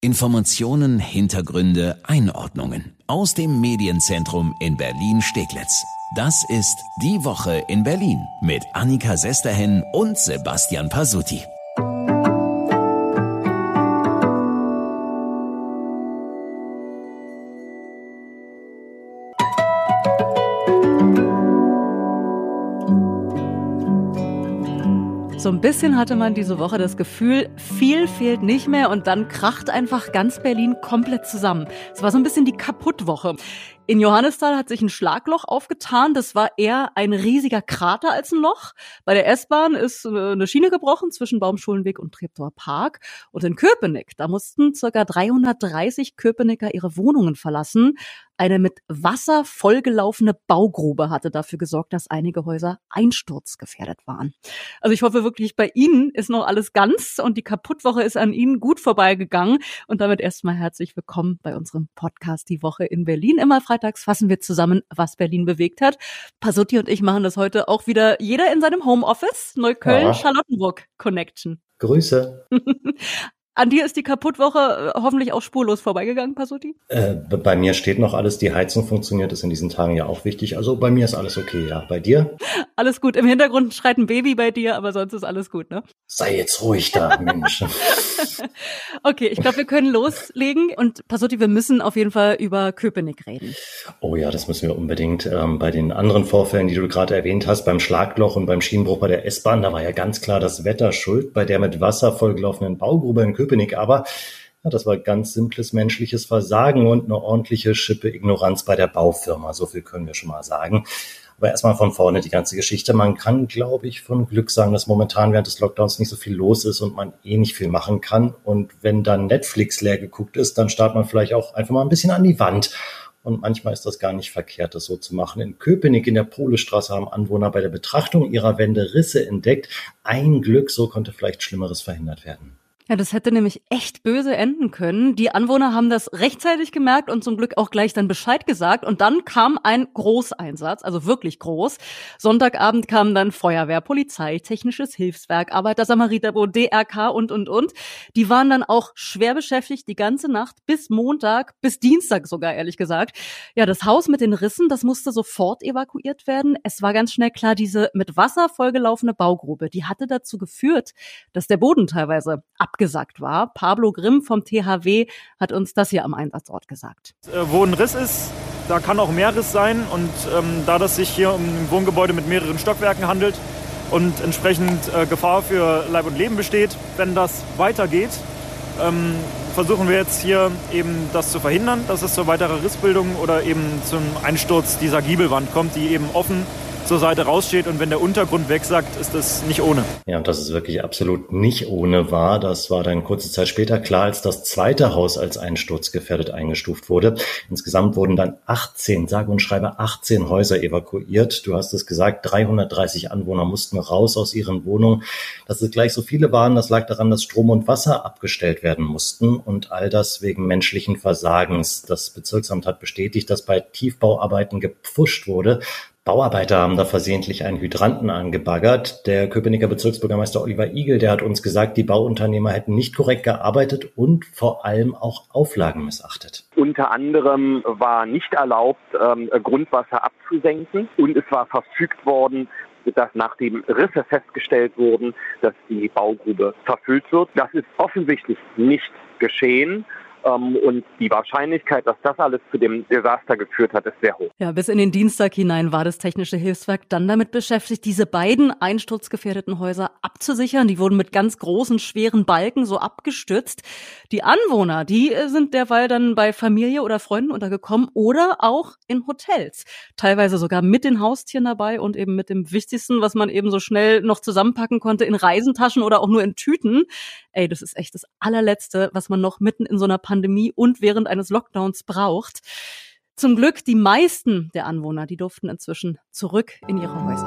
Informationen, Hintergründe, Einordnungen aus dem Medienzentrum in Berlin-Steglitz. Das ist Die Woche in Berlin mit Annika Sesterhen und Sebastian Pasuti. So ein bisschen hatte man diese Woche das Gefühl, viel fehlt nicht mehr und dann kracht einfach ganz Berlin komplett zusammen. Es war so ein bisschen die Kaputtwoche. In Johannisthal hat sich ein Schlagloch aufgetan. Das war eher ein riesiger Krater als ein Loch. Bei der S-Bahn ist eine Schiene gebrochen zwischen Baumschulenweg und Treptower Park. Und in Köpenick, da mussten ca. 330 Köpenicker ihre Wohnungen verlassen. Eine mit Wasser vollgelaufene Baugrube hatte dafür gesorgt, dass einige Häuser einsturzgefährdet waren. Also ich hoffe wirklich, bei Ihnen ist noch alles ganz und die Kaputtwoche ist an Ihnen gut vorbeigegangen. Und damit erstmal herzlich willkommen bei unserem Podcast Die Woche in Berlin. Immer freitags fassen wir zusammen, was Berlin bewegt hat. Pasuti und ich machen das heute auch wieder, jeder in seinem Homeoffice. Neukölln-Charlottenburg Connection. Grüße. An dir ist die Kaputtwoche hoffentlich auch spurlos vorbeigegangen, Pasuti? Bei mir steht noch alles, die Heizung funktioniert, ist in diesen Tagen ja auch wichtig. Also bei mir ist alles okay, ja. Bei dir? Alles gut. Im Hintergrund schreit ein Baby bei dir, aber sonst ist alles gut, ne? Sei jetzt ruhig da, Mensch. Okay, ich glaube, wir können loslegen. Und Pasuti, wir müssen auf jeden Fall über Köpenick reden. Oh ja, das müssen wir unbedingt. Bei den anderen Vorfällen, die du gerade erwähnt hast, beim Schlagloch und beim Schienenbruch bei der S-Bahn, da war ja ganz klar das Wetter schuld. Bei der mit Wasser vollgelaufenen Baugrube in Köpenick, aber ja, das war ganz simples menschliches Versagen und eine ordentliche Schippe Ignoranz bei der Baufirma. So viel können wir schon mal sagen. Aber erstmal von vorne die ganze Geschichte. Man kann, glaube ich, von Glück sagen, dass momentan während des Lockdowns nicht so viel los ist und man nicht viel machen kann. Und wenn dann Netflix leer geguckt ist, dann starrt man vielleicht auch einfach mal ein bisschen an die Wand. Und manchmal ist das gar nicht verkehrt, das so zu machen. In Köpenick in der Polestraße haben Anwohner bei der Betrachtung ihrer Wände Risse entdeckt. Ein Glück, so konnte vielleicht Schlimmeres verhindert werden. Ja, das hätte nämlich echt böse enden können. Die Anwohner haben das rechtzeitig gemerkt und zum Glück auch gleich dann Bescheid gesagt. Und dann kam ein Großeinsatz, also wirklich groß. Sonntagabend kamen dann Feuerwehr, Polizei, Technisches Hilfswerk, Arbeiter-Samariterbund, DRK und. Die waren dann auch schwer beschäftigt die ganze Nacht bis Montag, bis Dienstag sogar, ehrlich gesagt. Ja, das Haus mit den Rissen, das musste sofort evakuiert werden. Es war ganz schnell klar, diese mit Wasser vollgelaufene Baugrube, die hatte dazu geführt, dass der Boden teilweise abgesackt war. Pablo Grimm vom THW hat uns das hier am Einsatzort gesagt. Wo ein Riss ist, da kann auch mehr Riss sein. Und da das sich hier um ein Wohngebäude mit mehreren Stockwerken handelt und entsprechend Gefahr für Leib und Leben besteht, wenn das weitergeht, versuchen wir jetzt hier eben das zu verhindern, dass es zu weiterer Rissbildung oder eben zum Einsturz dieser Giebelwand kommt, die eben offen zur Seite raussteht, und wenn der Untergrund wegsackt, ist das nicht ohne. Ja, und dass es wirklich absolut nicht ohne war, das war dann kurze Zeit später klar, als das zweite Haus als einsturzgefährdet eingestuft wurde. Insgesamt wurden dann 18, sage und schreibe 18 Häuser evakuiert. Du hast es gesagt, 330 Anwohner mussten raus aus ihren Wohnungen. Dass es gleich so viele waren, das lag daran, dass Strom und Wasser abgestellt werden mussten, und all das wegen menschlichen Versagens. Das Bezirksamt hat bestätigt, dass bei Tiefbauarbeiten gepfuscht wurde. Bauarbeiter haben da versehentlich einen Hydranten angebaggert. Der Köpenicker Bezirksbürgermeister Oliver Igel, der hat uns gesagt, die Bauunternehmer hätten nicht korrekt gearbeitet und vor allem auch Auflagen missachtet. Unter anderem war nicht erlaubt, Grundwasser abzusenken, und es war verfügt worden, dass nachdem Risse festgestellt wurden, dass die Baugrube verfüllt wird. Das ist offensichtlich nicht geschehen. Und die Wahrscheinlichkeit, dass das alles zu dem Desaster geführt hat, ist sehr hoch. Ja, bis in den Dienstag hinein war das Technische Hilfswerk dann damit beschäftigt, diese beiden einsturzgefährdeten Häuser abzusichern. Die wurden mit ganz großen, schweren Balken so abgestützt. Die Anwohner, die sind derweil dann bei Familie oder Freunden untergekommen oder auch in Hotels. Teilweise sogar mit den Haustieren dabei und eben mit dem Wichtigsten, was man eben so schnell noch zusammenpacken konnte, in Reisentaschen oder auch nur in Tüten. Ey, das ist echt das allerletzte, was man noch mitten in so einer Pandemie und während eines Lockdowns braucht. Zum Glück, die meisten der Anwohner, die durften inzwischen zurück in ihre Häuser.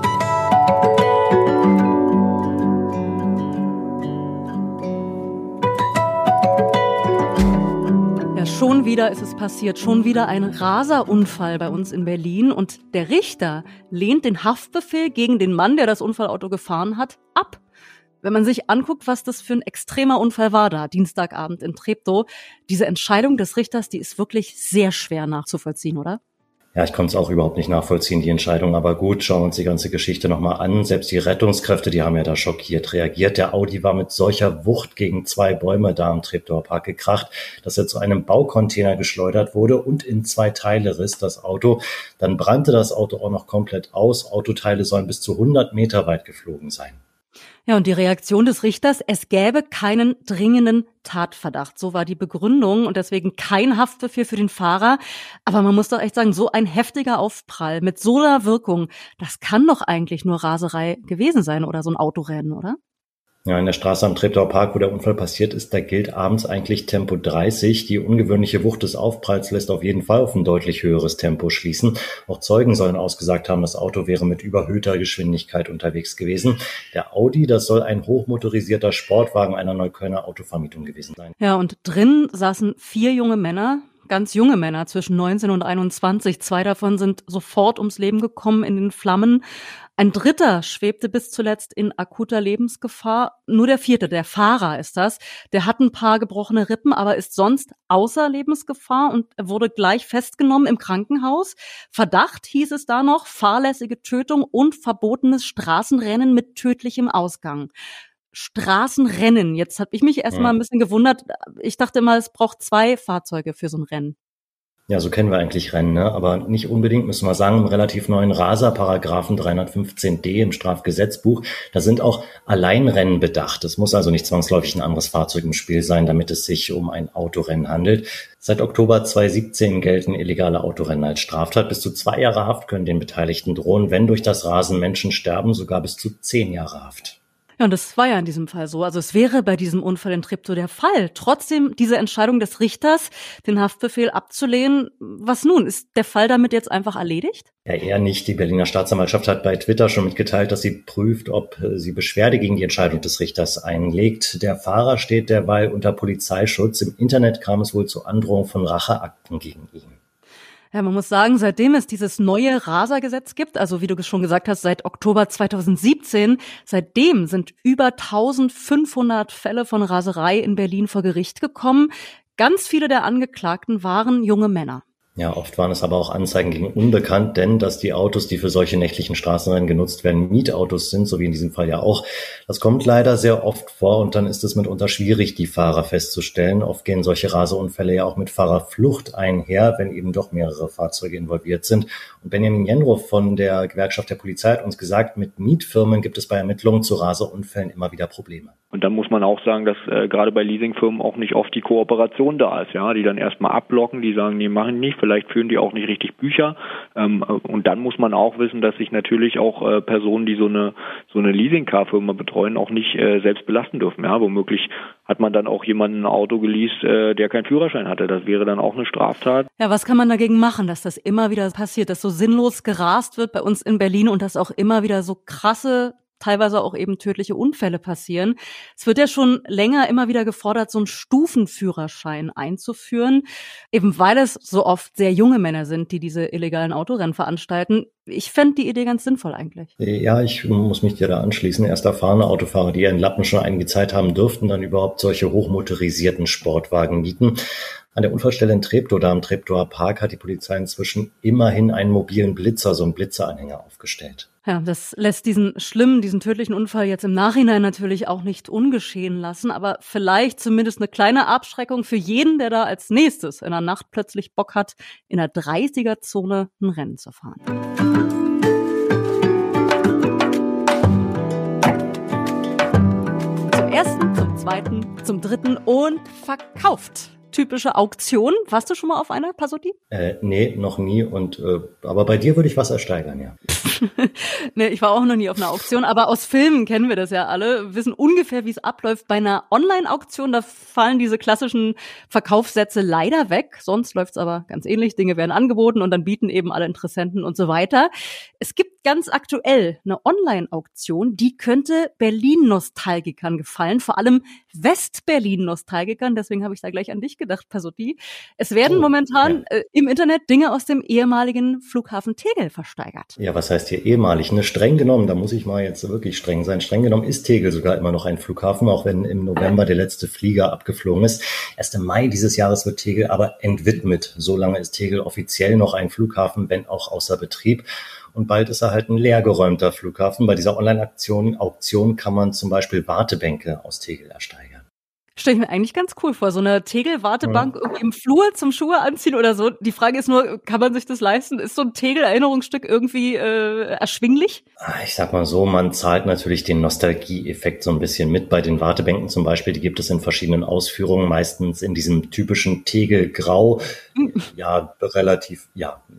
Ja, schon wieder ist es passiert. Schon wieder ein Raserunfall bei uns in Berlin. Und der Richter lehnt den Haftbefehl gegen den Mann, der das Unfallauto gefahren hat, ab. Wenn man sich anguckt, was das für ein extremer Unfall war da, Dienstagabend in Treptow, diese Entscheidung des Richters, die ist wirklich sehr schwer nachzuvollziehen, oder? Ja, ich konnte es auch überhaupt nicht nachvollziehen, die Entscheidung. Aber gut, schauen wir uns die ganze Geschichte nochmal an. Selbst die Rettungskräfte, die haben ja da schockiert reagiert. Der Audi war mit solcher Wucht gegen 2 Bäume da im Treptower Park gekracht, dass er zu einem Baucontainer geschleudert wurde und in 2 Teile riss, das Auto. Dann brannte das Auto auch noch komplett aus. Autoteile sollen bis zu 100 Meter weit geflogen sein. Ja, und die Reaktion des Richters, es gäbe keinen dringenden Tatverdacht. So war die Begründung und deswegen kein Haftbefehl für den Fahrer. Aber man muss doch echt sagen, so ein heftiger Aufprall mit so einer Wirkung, das kann doch eigentlich nur Raserei gewesen sein oder so ein Autorennen, oder? Ja, in der Straße am Treptower Park, wo der Unfall passiert ist, da gilt abends eigentlich Tempo 30. Die ungewöhnliche Wucht des Aufpralls lässt auf jeden Fall auf ein deutlich höheres Tempo schließen. Auch Zeugen sollen ausgesagt haben, das Auto wäre mit überhöhter Geschwindigkeit unterwegs gewesen. Der Audi, das soll ein hochmotorisierter Sportwagen einer Neuköllner Autovermietung gewesen sein. Ja, und drin saßen 4 junge Männer. Ganz junge Männer zwischen 19 und 21. 2 davon sind sofort ums Leben gekommen in den Flammen. Ein 3. schwebte bis zuletzt in akuter Lebensgefahr. Nur der 4., der Fahrer ist das. Der hat ein paar gebrochene Rippen, aber ist sonst außer Lebensgefahr und er wurde gleich festgenommen im Krankenhaus. Verdacht hieß es da noch, fahrlässige Tötung und verbotenes Straßenrennen mit tödlichem Ausgang. Straßenrennen. Jetzt habe ich mich erst mal ein bisschen gewundert. Ich dachte immer, es braucht 2 Fahrzeuge für so ein Rennen. Ja, so kennen wir eigentlich Rennen, ne? Aber nicht unbedingt, müssen wir sagen, im relativ neuen Raser-Paragraphen 315d im Strafgesetzbuch. Da sind auch Alleinrennen bedacht. Es muss also nicht zwangsläufig ein anderes Fahrzeug im Spiel sein, damit es sich um ein Autorennen handelt. Seit Oktober 2017 gelten illegale Autorennen als Straftat. Bis zu 2 Jahre Haft können den Beteiligten drohen, wenn durch das Rasen Menschen sterben, sogar bis zu 10 Jahre Haft. Ja, und das war ja in diesem Fall so. Also es wäre bei diesem Unfall in Treptow der Fall. Trotzdem diese Entscheidung des Richters, den Haftbefehl abzulehnen. Was nun? Ist der Fall damit jetzt einfach erledigt? Ja, eher nicht. Die Berliner Staatsanwaltschaft hat bei Twitter schon mitgeteilt, dass sie prüft, ob sie Beschwerde gegen die Entscheidung des Richters einlegt. Der Fahrer steht derweil unter Polizeischutz. Im Internet kam es wohl zu Androhung von Racheakten gegen ihn. Ja, man muss sagen, seitdem es dieses neue Rasergesetz gibt, also wie du schon gesagt hast, seit Oktober 2017, seitdem sind über 1500 Fälle von Raserei in Berlin vor Gericht gekommen. Ganz viele der Angeklagten waren junge Männer. Ja, oft waren es aber auch Anzeigen gegen Unbekannt, denn dass die Autos, die für solche nächtlichen Straßenrennen genutzt werden, Mietautos sind, so wie in diesem Fall ja auch. Das kommt leider sehr oft vor und dann ist es mitunter schwierig, die Fahrer festzustellen. Oft gehen solche Raserunfälle ja auch mit Fahrerflucht einher, wenn eben doch mehrere Fahrzeuge involviert sind. Und Benjamin Jenrow von der Gewerkschaft der Polizei hat uns gesagt, mit Mietfirmen gibt es bei Ermittlungen zu Raserunfällen immer wieder Probleme. Und dann muss man auch sagen, dass gerade bei Leasingfirmen auch nicht oft die Kooperation da ist, ja, die dann erstmal abblocken, die sagen, nee, machen nicht, vielleicht führen die auch nicht richtig Bücher. Und dann muss man auch wissen, dass sich natürlich auch Personen, die so eine Leasing-Car-Firma betreuen, auch nicht selbst belasten dürfen. Ja, womöglich hat man dann auch jemanden ein Auto geleast, der keinen Führerschein hatte. Das wäre dann auch eine Straftat. Ja, was kann man dagegen machen, dass das immer wieder passiert, dass so sinnlos gerast wird bei uns in Berlin und dass auch immer wieder so krasse, teilweise auch eben tödliche Unfälle passieren. Es wird ja schon länger immer wieder gefordert, so einen Stufenführerschein einzuführen, eben weil es so oft sehr junge Männer sind, die diese illegalen Autorennen veranstalten. Ich fände die Idee ganz sinnvoll eigentlich. Ja, ich muss mich dir da anschließen. Erst erfahrene Autofahrer, die ihren Lappen schon einige Zeit haben, dürften dann überhaupt solche hochmotorisierten Sportwagen mieten. An der Unfallstelle in Treptow, da am Treptower Park, hat die Polizei inzwischen immerhin einen mobilen Blitzer, so einen Blitzeranhänger aufgestellt. Ja, das lässt diesen tödlichen Unfall jetzt im Nachhinein natürlich auch nicht ungeschehen lassen, aber vielleicht zumindest eine kleine Abschreckung für jeden, der da als nächstes in der Nacht plötzlich Bock hat, in der 30er-Zone ein Rennen zu fahren. Zum ersten, zum zweiten, zum dritten und verkauft. Typische Auktion. Warst du schon mal auf einer, Pasotti? Nee, noch nie. Aber bei dir würde ich was ersteigern, ja. Nee, ich war auch noch nie auf einer Auktion, aber aus Filmen kennen wir das ja alle, wissen ungefähr, wie es abläuft. Bei einer Online-Auktion, da fallen diese klassischen Verkaufssätze leider weg. Sonst läuft's aber ganz ähnlich. Dinge werden angeboten und dann bieten eben alle Interessenten und so weiter. Es gibt ganz aktuell eine Online-Auktion, die könnte Berlin-Nostalgikern gefallen, vor allem West-Berlin-Nostalgikern. Deswegen habe ich da gleich an dich gedacht, Pasotti. Es werden momentan im Internet Dinge aus dem ehemaligen Flughafen Tegel versteigert. Ja, was heißt hier ehemalig? Ne, streng genommen, da muss ich mal jetzt wirklich streng sein. Streng genommen ist Tegel sogar immer noch ein Flughafen, auch wenn im November der letzte Flieger abgeflogen ist. Erst im Mai dieses Jahres wird Tegel aber entwidmet. Solange ist Tegel offiziell noch ein Flughafen, wenn auch außer Betrieb. Und bald ist er halt ein leergeräumter Flughafen. Bei dieser Online-Auktion kann man zum Beispiel Wartebänke aus Tegel ersteigern. Stelle ich mir eigentlich ganz cool vor, so eine Tegel-Wartebank irgendwie im Flur zum Schuhe anziehen oder so. Die Frage ist nur, kann man sich das leisten? Ist so ein Tegel-Erinnerungsstück irgendwie erschwinglich? Ich sag mal so, man zahlt natürlich den Nostalgie-Effekt so ein bisschen mit. Bei den Wartebänken zum Beispiel, die gibt es in verschiedenen Ausführungen, meistens in diesem typischen Tegel-Grau. Ja, relativ,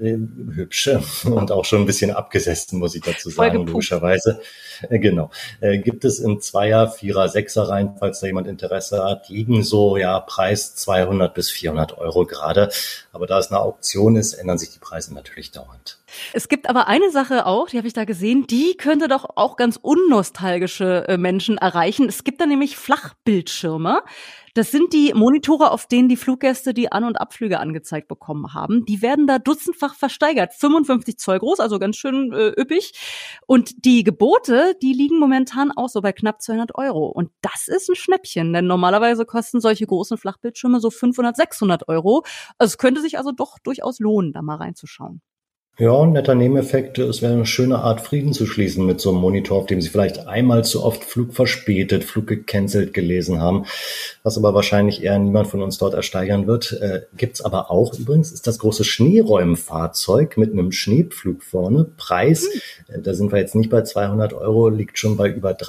hübsch und auch schon ein bisschen abgesessen, muss ich dazu sagen, logischerweise. Genau. Gibt es in 2er, 4er, 6er Reihen, falls da jemand Interesse hat, liegen so, Preis 200 bis 400 Euro gerade. Aber da es eine Auktion ist, ändern sich die Preise natürlich dauernd. Es gibt aber eine Sache auch, die habe ich da gesehen, die könnte doch auch ganz unnostalgische Menschen erreichen. Es gibt da nämlich Flachbildschirme. Das sind die Monitore, auf denen die Fluggäste die An- und Abflüge angezeigt bekommen haben. Die werden da dutzendfach versteigert. 55 Zoll groß, also ganz schön üppig. Und die Gebote, die liegen momentan auch so bei knapp 200 Euro. Und das ist ein Schnäppchen, denn normalerweise kosten solche großen Flachbildschirme so 500, 600 Euro. Also es könnte sich also doch durchaus lohnen, da mal reinzuschauen. Ja, ein netter Nebeneffekt. Es wäre eine schöne Art, Frieden zu schließen mit so einem Monitor, auf dem Sie vielleicht einmal zu oft Flug verspätet, Flug gecancelt gelesen haben, was aber wahrscheinlich eher niemand von uns dort ersteigern wird. Gibt's aber auch übrigens, ist das große Schneeräumfahrzeug mit einem Schneepflug vorne. Preis, da sind wir jetzt nicht bei 200 Euro, liegt schon bei über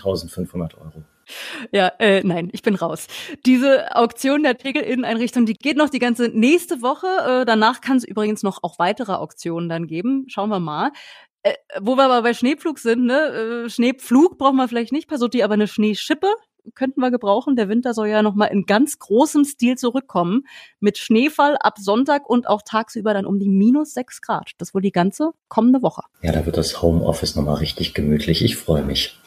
13.500 Euro. Ja, nein, ich bin raus. Diese Auktion der Tegel-Inneneinrichtung, die geht noch die ganze nächste Woche. Danach kann es übrigens noch auch weitere Auktionen dann geben. Schauen wir mal. Wo wir aber bei Schneepflug sind, ne? Schneepflug brauchen wir vielleicht nicht, Pasotti, aber eine Schneeschippe könnten wir gebrauchen. Der Winter soll ja noch mal in ganz großem Stil zurückkommen. Mit Schneefall ab Sonntag und auch tagsüber dann um die -6 Grad. Das wohl die ganze kommende Woche. Ja, da wird das Homeoffice noch mal richtig gemütlich. Ich freue mich.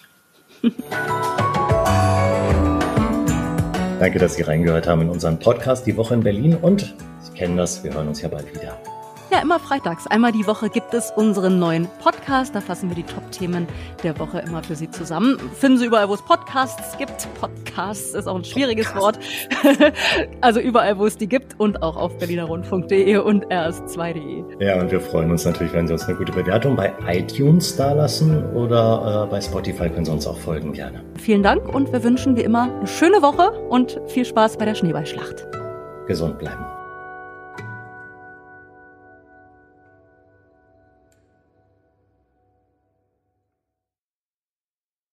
Danke, dass Sie reingehört haben in unseren Podcast Die Woche in Berlin und Sie kennen das, wir hören uns ja bald wieder. Ja, immer freitags. Einmal die Woche gibt es unseren neuen Podcast. Da fassen wir die Top-Themen der Woche immer für Sie zusammen. Finden Sie überall, wo es Podcasts gibt. Podcasts ist auch ein schwieriges Wort. Also überall, wo es die gibt und auch auf berlinerrundfunk.de und rs2.de. Ja, und wir freuen uns natürlich, wenn Sie uns eine gute Bewertung bei iTunes dalassen oder bei Spotify können Sie uns auch folgen, gerne. Vielen Dank und wir wünschen wie immer eine schöne Woche und viel Spaß bei der Schneeballschlacht. Gesund bleiben.